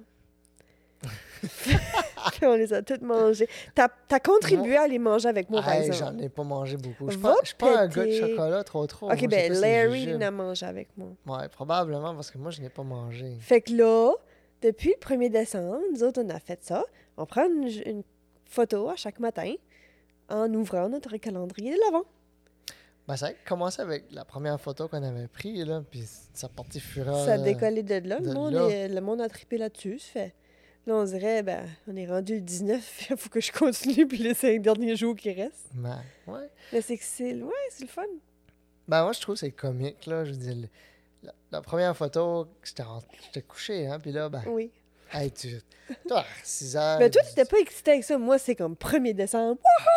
Puis on les a tous mangés. T'as as contribué à les manger avec moi, par Hey, exemple. j'en ai pas mangé beaucoup. Je suis Va pas, je suis pas un gars de péter. chocolat trop trop. Ok, Moi, je sais ben pas si Larry, je il juge. en a mangé avec moi. Ouais, probablement parce que moi, je n'ai pas mangé. Fait que là, depuis le premier décembre, nous autres, on a fait ça. On prend une, une photo à chaque matin en ouvrant notre calendrier de l'Avent. Ben, ça a commencé avec la première photo qu'on avait prise, là, puis ça partit fureur. Ça a là. décollé de là. de Le monde, là. est- le monde a trippé là-dessus. Ça fait... Là, on dirait, ben, on est rendu le dix-neuf. Il faut que je continue puis les cinq derniers jours qui restent. Ben, ouais. Mais c'est que c'est... Ouais, c'est le fun. Ben, moi, je trouve que c'est comique, là. Je veux dire, le- la, la première photo, j'étais en- j'étais couché, hein, puis là, ben, Oui. hey, tu. Toi, à six heures. Mais toi, tu n'étais pas excité avec ça. Moi, c'est comme premier décembre.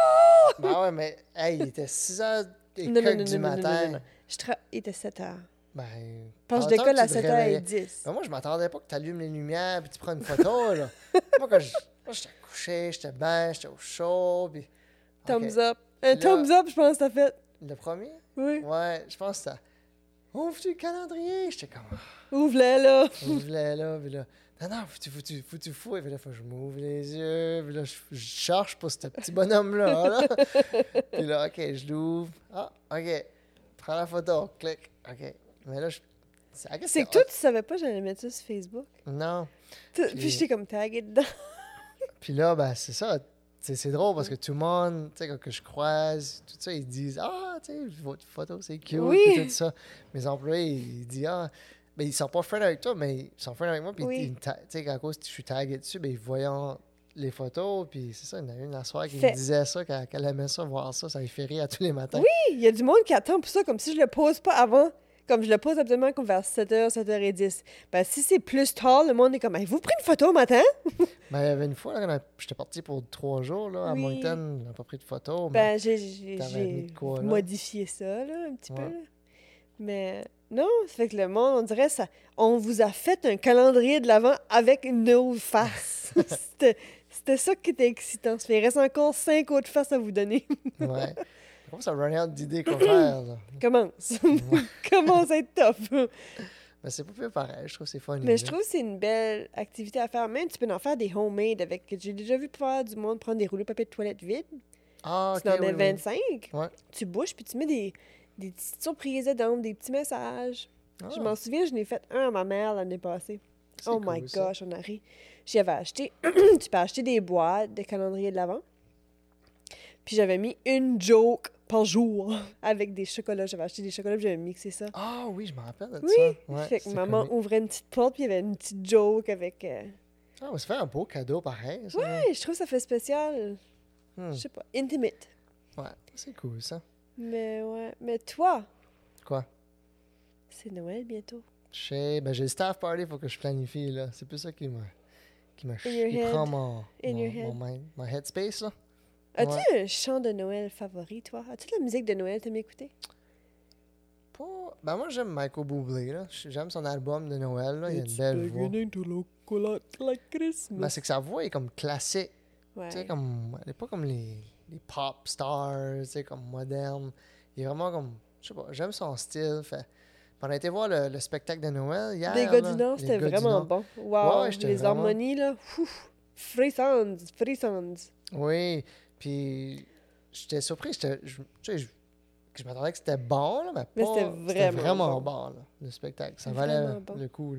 Ben, ouais, mais, hey, il était six heures et Non, non, quelques non, du non, non, non, matin. non, non. Je tra... Il était sept heures. Ben. Parce que je pendant décolle à que tu te sept heures réveillais. dix. Ben, moi, je m'attendais pas que tu allumes les lumières puis tu prends une photo, là. moi, quand je- moi, j'étais couché, j'étais bien, j'étais au chaud, puis. Thumbs Ok. up. Un Puis là- thumbs up, je pense que t'as fait. Le premier? Oui. Ouais, je pense que ça. Ouvre-tu le calendrier? J'étais comme. Ouvre-le, là. Je voulais là, puis là. Non, non, faut-tu, faut-tu, faut-tu fou. Et puis là, faut que je m'ouvre les yeux. Puis là, je, je cherche pour ce petit bonhomme-là. Là. Puis là, OK, je l'ouvre. Ah, OK. Prends la photo. Clic. OK. Mais là, je. C'est, I guess C'est que hot. toi, tu savais pas que j'allais mettre ça sur Facebook. Non. Tout- Puis- Puis j'étais comme tagué dedans. Puis là, ben, c'est ça. C'est, c'est drôle parce que tout le monde, tu sais, quand que je croise, tout ça, ils disent ah, tu sais, votre photo, c'est cute. Oui. Puis tout ça. Mes employés, ils disent ah, mais ils sont pas friends avec toi, mais ils sont friends avec moi. Puis, Oui. ils me ta- tu sais, à cause que je suis tagué dessus, ben, ils voient les photos. Puis c'est ça, il y en a une la soirée qui Fait- me disait ça, qu'elle, qu'elle aimait ça, voir ça. Ça lui fait rire à tous les matins. Oui, il y a du monde qui attend pour ça, comme si je le pose pas avant. Comme je le pose absolument comme vers sept heures, sept heures dix. Ben, si c'est plus tard, le monde est comme, avez-vous pris une photo au matin? Ben, il y avait une fois, là, quand j'étais parti pour trois jours là, à Oui. Moncton, on n'a pas pris de photos. mais Ben, j'ai, j'ai, t'avais j'ai mis de quoi, là? modifié ça, là, un petit Ouais. peu. là. Mais non, ça fait que le monde, on dirait, ça, on vous a fait un calendrier de l'Avent avec nos faces. c'était, c'était ça qui était excitant. Ça fait, il reste encore cinq autres faces à vous donner. Ouais. On commence à run out d'idées qu'on fait. Là. Commence. Ouais. Commence à être tough. Mais c'est pas plus pareil. Je trouve que c'est fun. Mais je trouve que c'est une belle activité à faire. Même, tu peux en faire des homemade avec. J'ai déjà vu faire du monde prendre des rouleaux de papier de toilette vides. Ah, ok. Tu en oui, mets oui. vingt-cinq. Ouais. Tu bouches, puis tu mets des, des petites surprises dedans, des petits messages. Ah. Je m'en souviens, je n'ai fait un à ma mère l'année passée. C'est Oh cool, my ça. gosh, on a ri. J'y avais acheté... tu peux acheter des boîtes de calendrier de l'Avent. Puis j'avais mis une joke par jour avec des chocolats. J'avais acheté des chocolats puis j'avais mixé ça. Ah oui, je me rappelle de Oui! ça. Ouais, Fait que c'est maman comique. ouvrait une petite porte puis il y avait une petite joke avec... euh, Ah, mais ça fait un beau cadeau pareil, ça. là. Ouais, je trouve que ça fait spécial. Hmm. Je sais pas, intimate. Ouais, c'est cool, ça. Mais ouais. Mais toi, Quoi? c'est Noël bientôt. Je sais, ben j'ai le staff party, faut que je planifie, là. C'est plus ça qui me... qui me... In your qui head. prend mon... In mon, your mon head. mind, mon headspace, là. As-tu Ouais. un chant de Noël favori, toi? As-tu de la musique de Noël que t'aimes écouter? Pas... Ben moi, j'aime Michael Bublé, là. J'aime son album de Noël, là. Il a une belle voix. Ben, c'est que sa voix est comme classique. Ouais. Tu sais, comme... Elle est pas comme les, les pop stars, tu sais, comme moderne. Il est vraiment comme... Je sais pas, j'aime son style. Fait... On a été voir le, le spectacle de Noël hier. Les gars là. du Nord, Les c'était gars du vraiment Nord. bon. Wow, Ouais, j'étais les vraiment- harmonies, là, ouf, free sounds, free sounds. Oui, puis j'étais surpris. J'étais, je, tu sais, je, que je m'attendais que c'était bon, là, mais, Mais pas... c'était vraiment bon, bon. là, le spectacle. Ça valait Vraiment bon. le coup, là.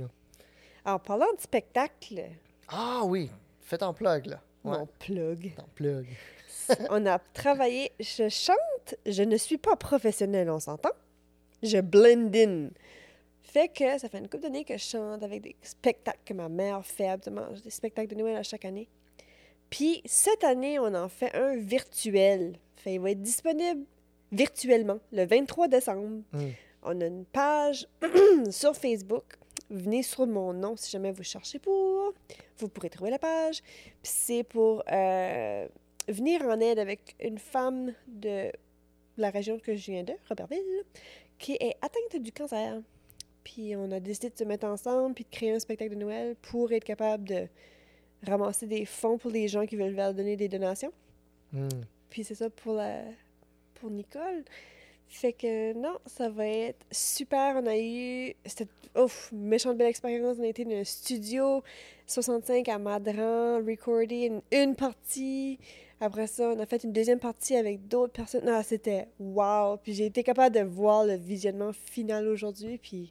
En parlant de spectacle, Ah oui, fais ton plug, là. Ouais, mon plug, ton plug. on a travaillé, je chante, je ne suis pas professionnelle, on s'entend, je blend in. Fait que ça fait une couple d'années que je chante avec des spectacles que ma mère fait, absolument, des spectacles de Noël à chaque année. Puis cette année, on en fait un virtuel. Fait il va être disponible virtuellement le vingt-trois décembre. Hmm. On a une page sur Facebook. Venez sur mon nom si jamais vous cherchez pour. Vous pourrez trouver la page. Puis c'est pour euh, venir en aide avec une femme de la région que je viens de, Robertville, qui est atteinte du cancer. Puis on a décidé de se mettre ensemble puis de créer un spectacle de Noël pour être capable de ramasser des fonds pour les gens qui veulent leur donner des donations. Hmm. Puis c'est ça pour la pour Nicole. Fait que non, ça va être super. On a eu... C'était... Ouf, méchante belle expérience. On a été dans un studio soixante-cinq à Madran, recordé une, une partie. Après ça, on a fait une deuxième partie avec d'autres personnes. Non, c'était wow. Puis j'ai été capable de voir le visionnement final aujourd'hui. Puis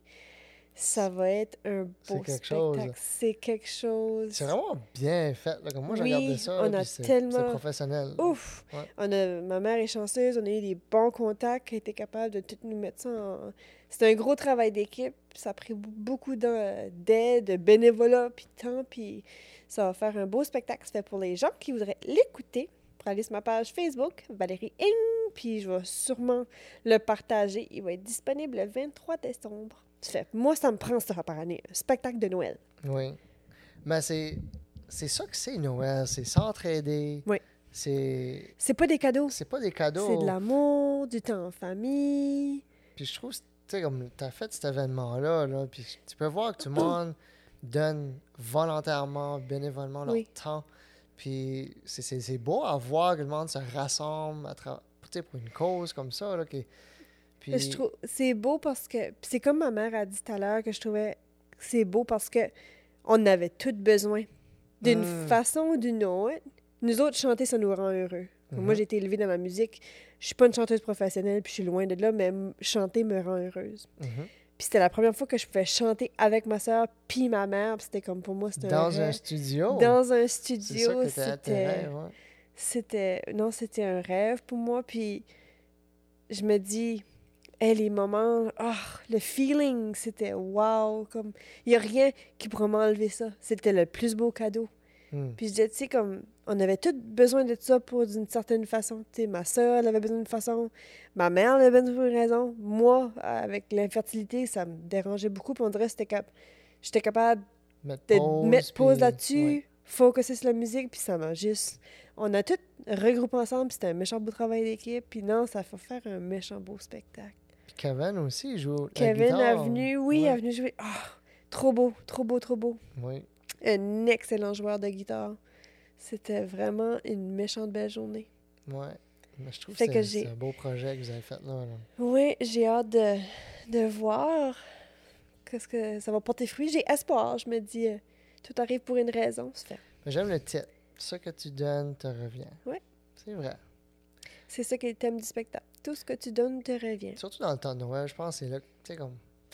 ça va être un beau C'est quelque spectacle. chose. C'est quelque chose. C'est vraiment bien fait, là. Comme moi, j'ai Oui, regardé ça, on là, a puis c'est, tellement- c'est professionnel. là. Ouf! Ouais. On a, ma mère est chanceuse, on a eu des bons contacts, qui étaient capables de tout nous mettre ça en... C'était un gros travail d'équipe, ça a pris b- beaucoup d'en- d'aide, de bénévolat, puis de temps, puis ça va faire un beau spectacle. C'est fait pour les gens qui voudraient l'écouter, pour aller sur ma page Facebook, Valérie Ing, puis je vais sûrement le partager. Il va être disponible le vingt-trois décembre. Ça fait, moi, ça me prend ça par année, un spectacle de Noël. Oui. Mais c'est, c'est ça que c'est Noël. C'est s'entraider. Oui. C'est, C'est pas des cadeaux, c'est pas des cadeaux. c'est de l'amour, du temps en famille. Puis je trouve, tu sais, comme tu as fait cet événement-là, là, puis tu peux voir que tout le monde donne volontairement, bénévolement leur Oui. temps. Puis c'est, c'est, c'est beau à voir que le monde se rassemble à tra- tu sais, pour une cause comme ça. Là, qui, puis, Je trouve c'est beau parce que puis c'est comme ma mère a dit tout à l'heure que je trouvais que c'est beau parce que on avait tous besoin d'une Mm. façon ou d'une autre. Nous autres chanter ça nous rend heureux. Mhm. Moi j'ai été élevée dans ma musique. Je suis pas une chanteuse professionnelle puis je suis loin de là mais m- chanter me rend heureuse. Mhm. Puis c'était la première fois que je pouvais chanter avec ma sœur puis ma mère, puis c'était comme pour moi c'était un Dans un rêve. studio. Dans un c'est ça studio, que t'as c'était intérêt, ouais. c'était non, c'était un rêve pour moi puis je me dis hey, les moments, ah, le feeling, c'était wow, comme il y a rien qui pourrait m'enlever ça. C'était le plus beau cadeau. Hmm. Puis je disais, tu sais, comme on avait tous besoin de ça pour d'une certaine façon. Tu sais, ma soeur, elle avait besoin d'une façon, ma mère, elle avait besoin d'une raison. Moi, avec l'infertilité, ça me dérangeait beaucoup. Puis on dirait que c'était cap... j'étais capable Mettre de pause, mettre pause puis- là-dessus, ouais. focuser sur la musique, puis ça m'a juste... On a tous regroupé ensemble, puis c'était un méchant beau travail d'équipe. Puis non, ça fait faire un méchant beau spectacle. Puis Kevin aussi, il joue la Kevin guitare. est venu, oui, Ouais. est venu jouer. Ah, trop beau, trop beau, trop beau. Oui. Un excellent joueur de guitare. C'était vraiment une méchante belle journée. Ouais. Mais je trouve Fait que que c'est, j'ai- c'est un beau projet que vous avez fait là. là. Oui, j'ai hâte de, de voir qu'est-ce que ça va porter fruit. J'ai espoir. Je me dis, euh, tout arrive pour une raison. C'est fait. Mais j'aime le titre. Ce que tu donnes te revient. Ouais. C'est vrai. C'est ça qui est le thème du spectacle. Tout ce que tu donnes te revient. Surtout dans le temps de Noël, je pense que c'est là que, tu sais, comme,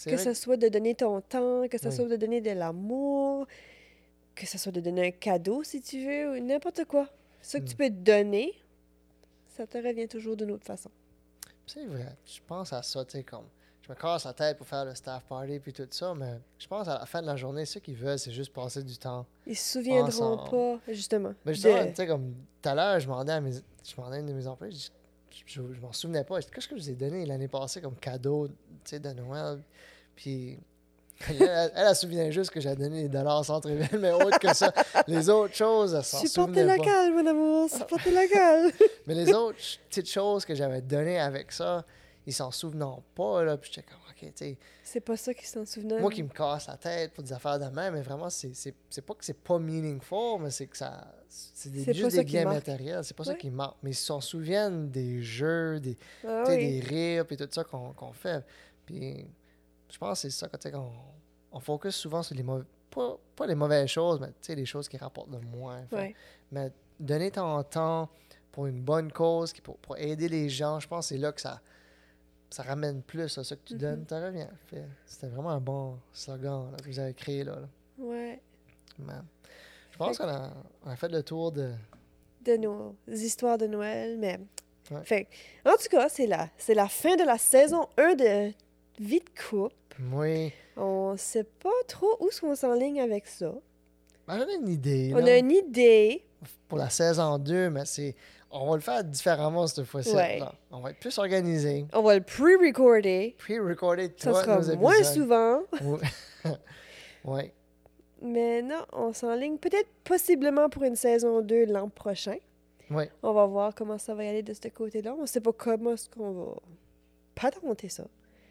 c'est Que vrai ce soit de donner ton temps, que ce Oui. soit de donner de l'amour, que ce soit de donner un cadeau si tu veux, ou n'importe quoi. Ce que Hmm. tu peux donner, ça te revient toujours d'une autre façon. C'est vrai. Je pense à ça, tu sais, comme... Je me casse la tête pour faire le staff party puis tout ça, mais je pense à la fin de la journée, ce qu'ils veulent, c'est juste passer du temps. Ils se souviendront Ensemble. pas, justement. Mais justement, de- tu sais, comme tout à l'heure, je demandais à, mes... je demandais à une de mes employés, je, je, je, je m'en souvenais pas. Je dis, qu'est-ce que je vous ai donné l'année passée comme cadeau, tu sais, de Noël? Puis elle, elle, elle, elle se souvenait juste que j'avais donné des dollars sans tribune, mais autre que ça, les autres choses, elle s'en Supportez souvenait pas. local, mon amour, supportez local. Mais les autres ch- petites choses que j'avais données avec ça, ils s'en souvenaient pas, là. Puis j'étais comme, OK, tu sais, C'est pas ça qu'ils s'en souvenaient. moi qui me casse la tête pour des affaires de même, mais vraiment, c'est, c'est, c'est pas que c'est pas meaningful, mais c'est que ça. C'est des- C'est pas juste ça des qui biens marque. matériels, c'est pas ça Ouais. qui marque. Mais ils s'en souviennent des jeux, des, Ah tu sais, oui. des rires, puis tout ça qu'on, qu'on fait. Puis je pense que c'est ça, que, tu sais, qu'on on focus souvent sur les mauvais. Pas, pas les mauvaises choses, mais tu sais, les choses qui rapportent le moins. Fait- Ouais. Mais donner ton temps pour une bonne cause, qui, pour, pour aider les gens, je pense que c'est là que ça, ça ramène plus à ce que tu Mhm. donnes, tu reviens. Fait, c'était vraiment un bon slogan là, que vous avez créé là. là. Ouais. Mais je pense Fait qu'on a, on a fait le tour de... De nos histoires de Noël, mais... Ouais. Fait que, en tout cas, c'est la, c'est la fin de la saison un de Vie de couple. Oui. On sait pas trop où est-ce qu'on s'enligne avec ça. Ben, j'en ai une idée On là, a une idée. pour la saison deux, mais c'est... On va le faire différemment cette fois-ci. Ouais. là. On va être plus organisé. On va le pre-recorder. Pre-recorder Ça tous sera nos moins épisodes. souvent. Oui. Ouais. Mais non, on s'enligne peut-être possiblement pour une saison deux l'an prochain. Oui. On va voir comment ça va y aller de ce côté-là. On sait pas comment est-ce qu'on va patenter ça.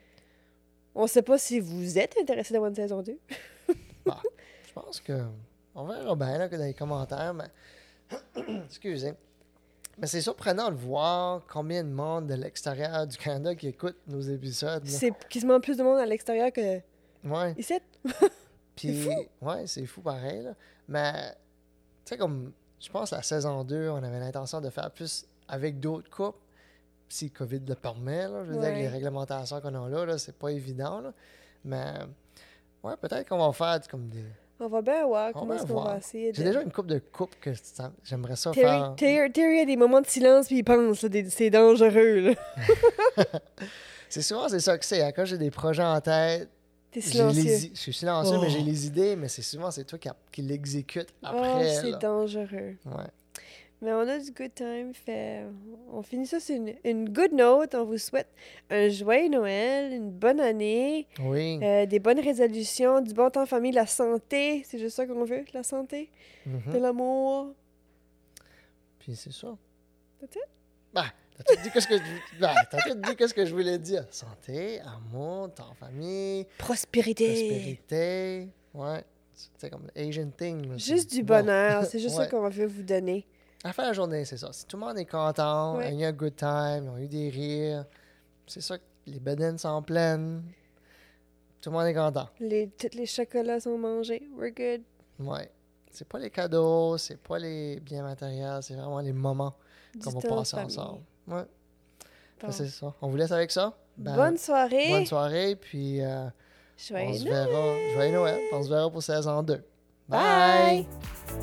On sait pas si vous êtes intéressé d'avoir une saison deux. Bah, je pense que on verra bien là, que dans les commentaires, mais excusez. Mais c'est surprenant de voir combien de monde de l'extérieur du Canada qui écoute nos épisodes. là. C'est quasiment plus de monde à l'extérieur que Ouais. ici. Puis, ouais, c'est fou pareil. Là. Mais, tu sais, comme, je pense la saison deux, on avait l'intention de faire plus avec d'autres couples, si le COVID le permet. Là. Je veux dire, avec Ouais. les réglementations qu'on a là, là c'est pas évident. Là. Mais, ouais, peut-être qu'on va faire comme des. On va bien voir On comment va est-ce qu'on voir. va essayer de... J'ai déjà une couple de couples que ça- j'aimerais ça Terry, faire. Terry, Terry a des moments de silence puis il pense, là, des- c'est dangereux. Là. C'est souvent c'est ça que c'est. hein. Quand j'ai des projets en tête, T'es j'ai silencieux. les i- je suis silencieux, Oh. mais j'ai les idées, mais c'est souvent c'est toi qui, a- qui l'exécute Oh, après. c'est là. dangereux. Ouais. Mais on a du good time. Fait... On finit ça sur une, une good note. On vous souhaite un joyeux Noël, une bonne année, Oui. euh, des bonnes résolutions, du bon temps en famille, la santé. C'est juste ça qu'on veut, la santé, Mhm. de l'amour. Puis c'est ça. That's it? Bah, t'as tout dit qu'est-ce que je... bah, t'as tout dit qu'est-ce que je voulais dire. Santé, amour, temps en famille, Prospérité. prospérité. Ouais. C'est comme Asian thing. là, Juste c'est- du bon. bonheur. C'est juste Ouais. ça qu'on veut vous donner. À la fin de la journée, c'est ça. Si tout le monde est content, Ouais. il y a un good time, ils ont eu des rires, c'est ça que les bedaines sont pleines. Tout le monde est content. Les, tous les chocolats sont mangés. We're good. Ouais. C'est pas les cadeaux, c'est pas les biens matériels, c'est vraiment les moments Du qu'on va temps en passer famille. ensemble. Ouais. Bon. Ça, c'est ça. On vous laisse avec ça. Ben, Bonne soirée. bonne soirée, puis euh, on Joyeux se Noël. verra. Joyeux Noël. On se verra pour saison deux. Bye. Bye.